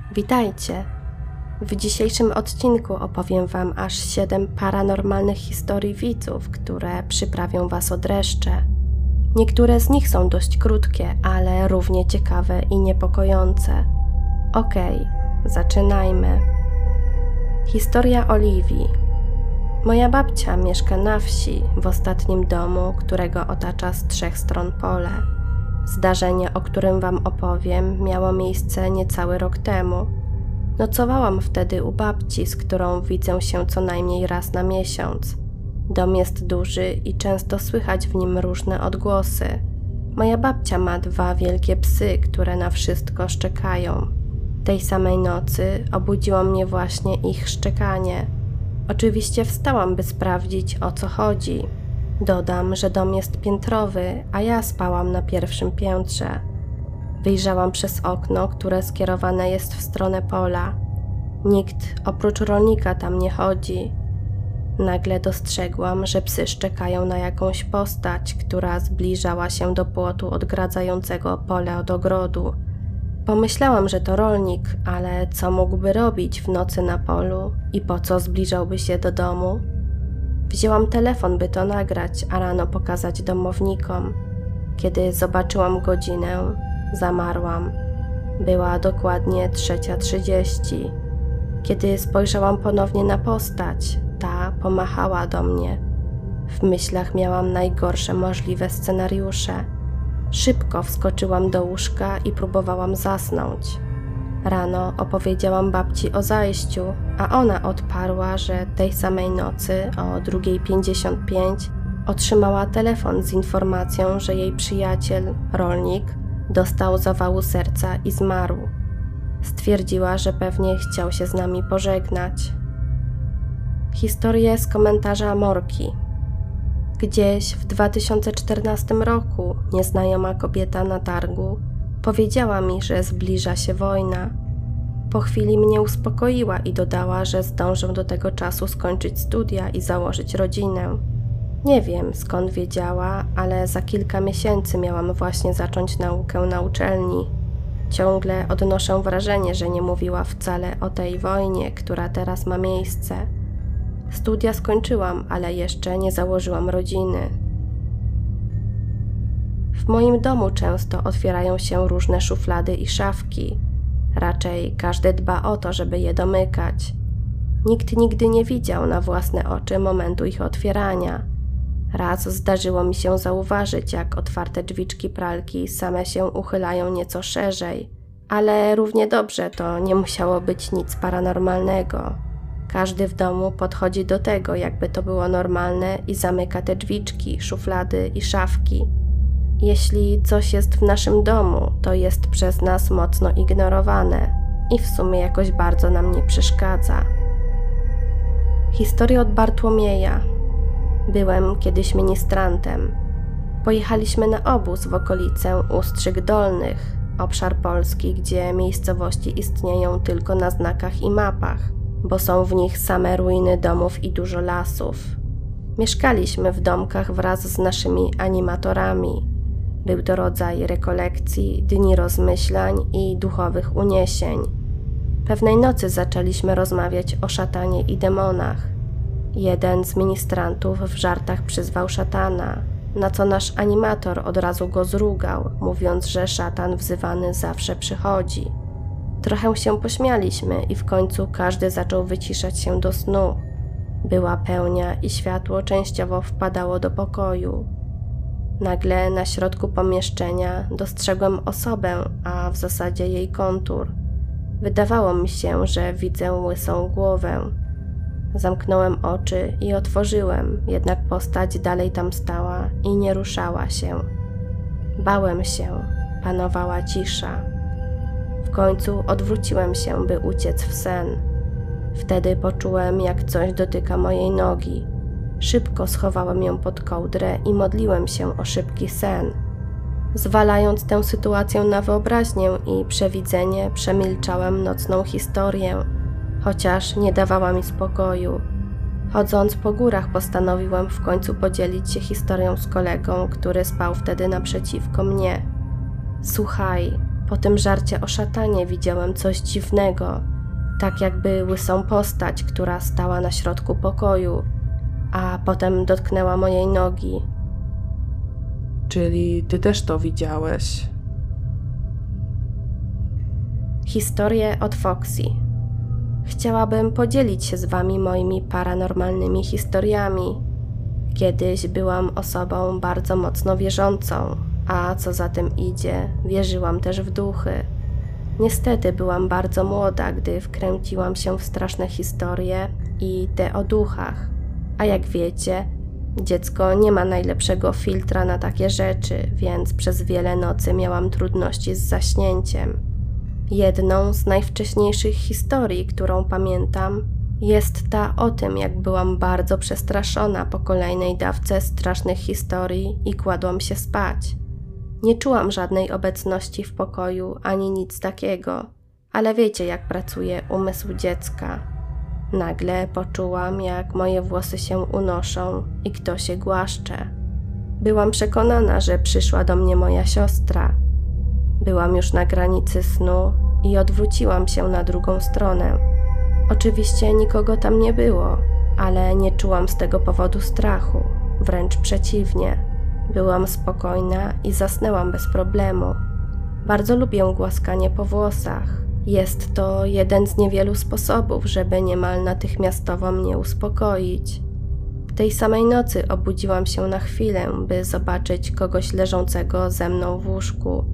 Witajcie! W dzisiejszym odcinku opowiem Wam aż 7 paranormalnych historii widzów, które przyprawią Was o dreszcze. Niektóre z nich są dość krótkie, ale równie ciekawe i niepokojące. Okej, zaczynajmy. Historia Oliwii. Moja babcia mieszka na wsi, w ostatnim domu, którego otacza z 3 stron pole. Zdarzenie, o którym Wam opowiem, miało miejsce niecały rok temu. Nocowałam wtedy u babci, z którą widzę się co najmniej raz na miesiąc. Dom jest duży i często słychać w nim różne odgłosy. Moja babcia ma 2 wielkie psy, które na wszystko szczekają. Tej samej nocy obudziło mnie właśnie ich szczekanie. Oczywiście wstałam, by sprawdzić, o co chodzi. Dodam, że dom jest piętrowy, a ja spałam na pierwszym piętrze. Wyjrzałam przez okno, które skierowane jest w stronę pola. Nikt oprócz rolnika tam nie chodzi. Nagle dostrzegłam, że psy szczekają na jakąś postać, która zbliżała się do płotu odgradzającego pole od ogrodu. Pomyślałam, że to rolnik, ale co mógłby robić w nocy na polu i po co zbliżałby się do domu? Wzięłam telefon, by to nagrać, a rano pokazać domownikom. Kiedy zobaczyłam godzinę, zamarłam. Była dokładnie 3:30. Kiedy spojrzałam ponownie na postać, ta pomachała do mnie. W myślach miałam najgorsze możliwe scenariusze. Szybko wskoczyłam do łóżka i próbowałam zasnąć. Rano opowiedziałam babci o zajściu, a ona odparła, że tej samej nocy o 2:55 otrzymała telefon z informacją, że jej przyjaciel, rolnik, dostał zawału serca i zmarł. Stwierdziła, że pewnie chciał się z nami pożegnać. Historię z komentarza Morki. Gdzieś w 2014 roku nieznajoma kobieta na targu powiedziała mi, że zbliża się wojna. Po chwili mnie uspokoiła i dodała, że zdążę do tego czasu skończyć studia i założyć rodzinę. Nie wiem, skąd wiedziała, ale za kilka miesięcy miałam właśnie zacząć naukę na uczelni. Ciągle odnoszę wrażenie, że nie mówiła wcale o tej wojnie, która teraz ma miejsce. Studia skończyłam, ale jeszcze nie założyłam rodziny. W moim domu często otwierają się różne szuflady i szafki. Raczej każdy dba o to, żeby je domykać. Nikt nigdy nie widział na własne oczy momentu ich otwierania. Raz zdarzyło mi się zauważyć, jak otwarte drzwiczki pralki same się uchylają nieco szerzej, ale równie dobrze to nie musiało być nic paranormalnego. Każdy w domu podchodzi do tego, jakby to było normalne i zamyka te drzwiczki, szuflady i szafki. Jeśli coś jest w naszym domu, to jest przez nas mocno ignorowane i w sumie jakoś bardzo nam nie przeszkadza. Historia od Bartłomieja. Byłem kiedyś ministrantem. Pojechaliśmy na obóz w okolicę Ustrzyk Dolnych, obszar Polski, gdzie miejscowości istnieją tylko na znakach i mapach, bo są w nich same ruiny domów i dużo lasów. Mieszkaliśmy w domkach wraz z naszymi animatorami. Był to rodzaj rekolekcji, dni rozmyślań i duchowych uniesień. Pewnej nocy zaczęliśmy rozmawiać o szatanie i demonach. Jeden z ministrantów w żartach przyzwał szatana, na co nasz animator od razu go zrugał, mówiąc, że szatan wzywany zawsze przychodzi. Trochę się pośmialiśmy i w końcu każdy zaczął wyciszać się do snu. Była pełnia i światło częściowo wpadało do pokoju. Nagle na środku pomieszczenia dostrzegłem osobę, a w zasadzie jej kontur. Wydawało mi się, że widzę łysą głowę. Zamknąłem oczy i otworzyłem, jednak postać dalej tam stała i nie ruszała się. Bałem się, panowała cisza. W końcu odwróciłem się, by uciec w sen. Wtedy poczułem, jak coś dotyka mojej nogi. Szybko schowałem ją pod kołdrę i modliłem się o szybki sen. Zwalając tę sytuację na wyobraźnię i przewidzenie, przemilczałem nocną historię, chociaż nie dawała mi spokoju. Chodząc po górach, postanowiłem w końcu podzielić się historią z kolegą, który spał wtedy naprzeciwko mnie. Słuchaj, Po tym żarcie o szatanie widziałem coś dziwnego, tak jakby łysą postać, która stała na środku pokoju, a potem dotknęła mojej nogi. Czyli ty też to widziałeś? Historie od Foxy. Chciałabym podzielić się z wami moimi paranormalnymi historiami. Kiedyś byłam osobą bardzo mocno wierzącą, a co za tym idzie, wierzyłam też w duchy. Niestety byłam bardzo młoda, gdy wkręciłam się w straszne historie i te o duchach. A jak wiecie, dziecko nie ma najlepszego filtra na takie rzeczy, więc przez wiele nocy miałam trudności z zaśnięciem. Jedną z najwcześniejszych historii, którą pamiętam, jest ta o tym, jak byłam bardzo przestraszona po kolejnej dawce strasznych historii i kładłam się spać. Nie czułam żadnej obecności w pokoju ani nic takiego, ale wiecie, jak pracuje umysł dziecka. Nagle poczułam, jak moje włosy się unoszą i ktoś się głaszcze. Byłam przekonana, że przyszła do mnie moja siostra. Byłam już na granicy snu i odwróciłam się na drugą stronę. Oczywiście nikogo tam nie było, ale nie czułam z tego powodu strachu, wręcz przeciwnie. Byłam spokojna i zasnęłam bez problemu. Bardzo lubię głaskanie po włosach. Jest to jeden z niewielu sposobów, żeby niemal natychmiastowo mnie uspokoić. Tej samej nocy obudziłam się na chwilę, by zobaczyć kogoś leżącego ze mną w łóżku.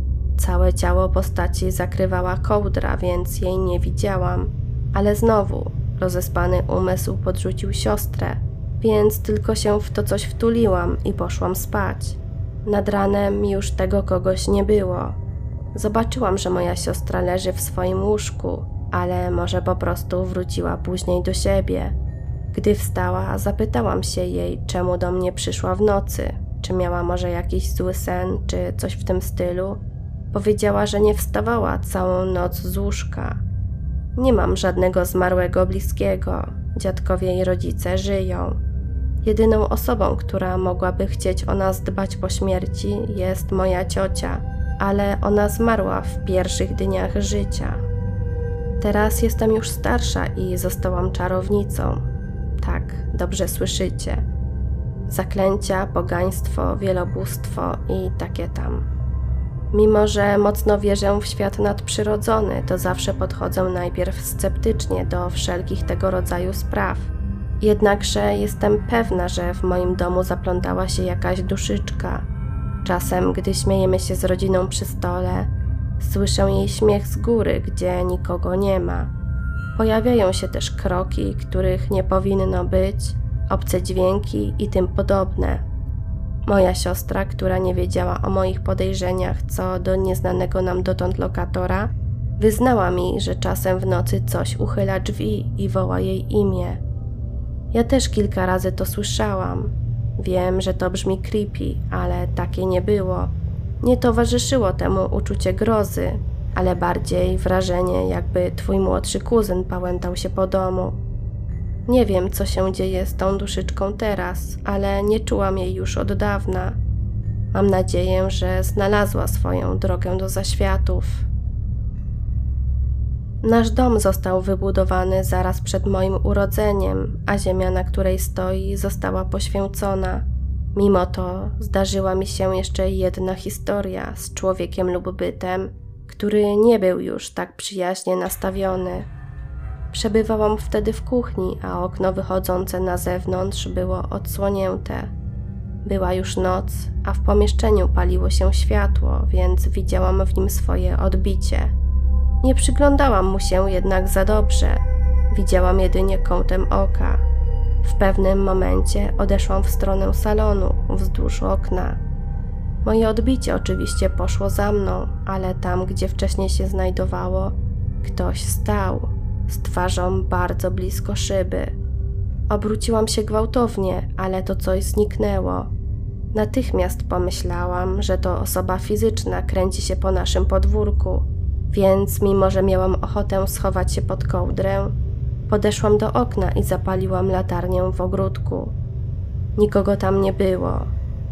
Całe ciało postaci zakrywała kołdra, więc jej nie widziałam, ale znowu rozespany umysł podrzucił siostrę, więc tylko się w to coś wtuliłam i poszłam spać. Nad ranem już tego kogoś nie było. Zobaczyłam, że moja siostra leży w swoim łóżku, ale może po prostu wróciła później do siebie. Gdy wstała, zapytałam się jej, czemu do mnie przyszła w nocy, czy miała może jakiś zły sen, czy coś w tym stylu. Powiedziała, że nie wstawała całą noc z łóżka. Nie mam żadnego zmarłego bliskiego, dziadkowie i rodzice żyją. Jedyną osobą, która mogłaby chcieć o nas dbać po śmierci, jest moja ciocia, ale ona zmarła w pierwszych dniach życia. Teraz jestem już starsza i zostałam czarownicą. Tak, dobrze słyszycie. Zaklęcia, pogaństwo, wielobóstwo i takie tam. Mimo że mocno wierzę w świat nadprzyrodzony, to zawsze podchodzę najpierw sceptycznie do wszelkich tego rodzaju spraw. Jednakże jestem pewna, że w moim domu zaplątała się jakaś duszyczka. Czasem, gdy śmiejemy się z rodziną przy stole, słyszę jej śmiech z góry, gdzie nikogo nie ma. Pojawiają się też kroki, których nie powinno być, obce dźwięki i tym podobne. Moja siostra, która nie wiedziała o moich podejrzeniach co do nieznanego nam dotąd lokatora, wyznała mi, że czasem w nocy coś uchyla drzwi i woła jej imię. Ja też kilka razy to słyszałam. Wiem, że to brzmi creepy, ale takie nie było. Nie towarzyszyło temu uczucie grozy, ale bardziej wrażenie, jakby twój młodszy kuzyn pałętał się po domu. Nie wiem, co się dzieje z tą duszyczką teraz, ale nie czułam jej już od dawna. Mam nadzieję, że znalazła swoją drogę do zaświatów. Nasz dom został wybudowany zaraz przed moim urodzeniem, a ziemia, na której stoi, została poświęcona. Mimo to zdarzyła mi się jeszcze jedna historia z człowiekiem lub bytem, który nie był już tak przyjaźnie nastawiony. Przebywałam wtedy w kuchni, a okno wychodzące na zewnątrz było odsłonięte. Była już noc, a w pomieszczeniu paliło się światło, więc widziałam w nim swoje odbicie. Nie przyglądałam mu się jednak za dobrze. Widziałam jedynie kątem oka. W pewnym momencie odeszłam w stronę salonu, wzdłuż okna. Moje odbicie oczywiście poszło za mną, ale tam, gdzie wcześniej się znajdowało, ktoś stał, z twarzą bardzo blisko szyby. Obróciłam się gwałtownie, ale to coś zniknęło. Natychmiast pomyślałam, że to osoba fizyczna kręci się po naszym podwórku, więc mimo że miałam ochotę schować się pod kołdrę, podeszłam do okna i zapaliłam latarnię w ogródku. Nikogo tam nie było.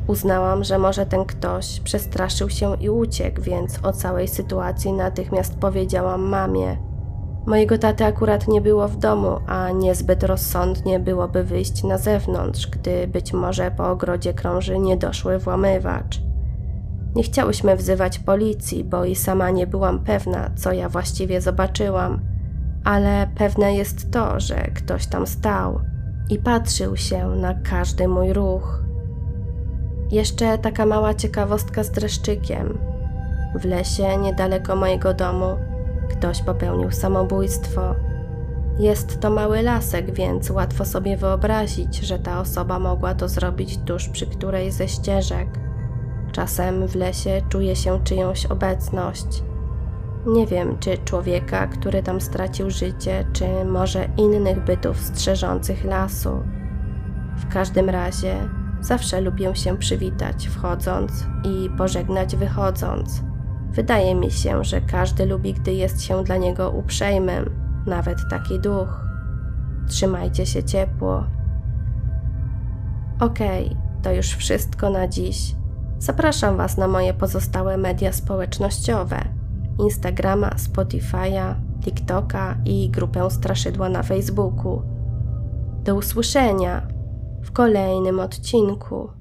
Uznałam, że może ten ktoś przestraszył się i uciekł, więc o całej sytuacji natychmiast powiedziałam mamie. Mojego taty akurat nie było w domu, a niezbyt rozsądnie byłoby wyjść na zewnątrz, gdy być może po ogrodzie krąży niedoszły włamywacz. Nie chciałyśmy wzywać policji, bo i sama nie byłam pewna, co ja właściwie zobaczyłam, ale pewne jest to, że ktoś tam stał i patrzył się na każdy mój ruch. Jeszcze taka mała ciekawostka z dreszczykiem. W lesie niedaleko mojego domu ktoś popełnił samobójstwo. Jest to mały lasek, więc łatwo sobie wyobrazić, że ta osoba mogła to zrobić tuż przy którejś ze ścieżek. Czasem w lesie czuje się czyjąś obecność. Nie wiem, czy człowieka, który tam stracił życie, czy może innych bytów strzeżących lasu. W każdym razie zawsze lubię się przywitać wchodząc i pożegnać wychodząc. Wydaje mi się, że każdy lubi, gdy jest się dla niego uprzejmym, nawet taki duch. Trzymajcie się ciepło. Okej, to już wszystko na dziś. Zapraszam Was na moje pozostałe media społecznościowe: Instagrama, Spotify'a, TikToka i grupę Straszydła na Facebooku. Do usłyszenia w kolejnym odcinku.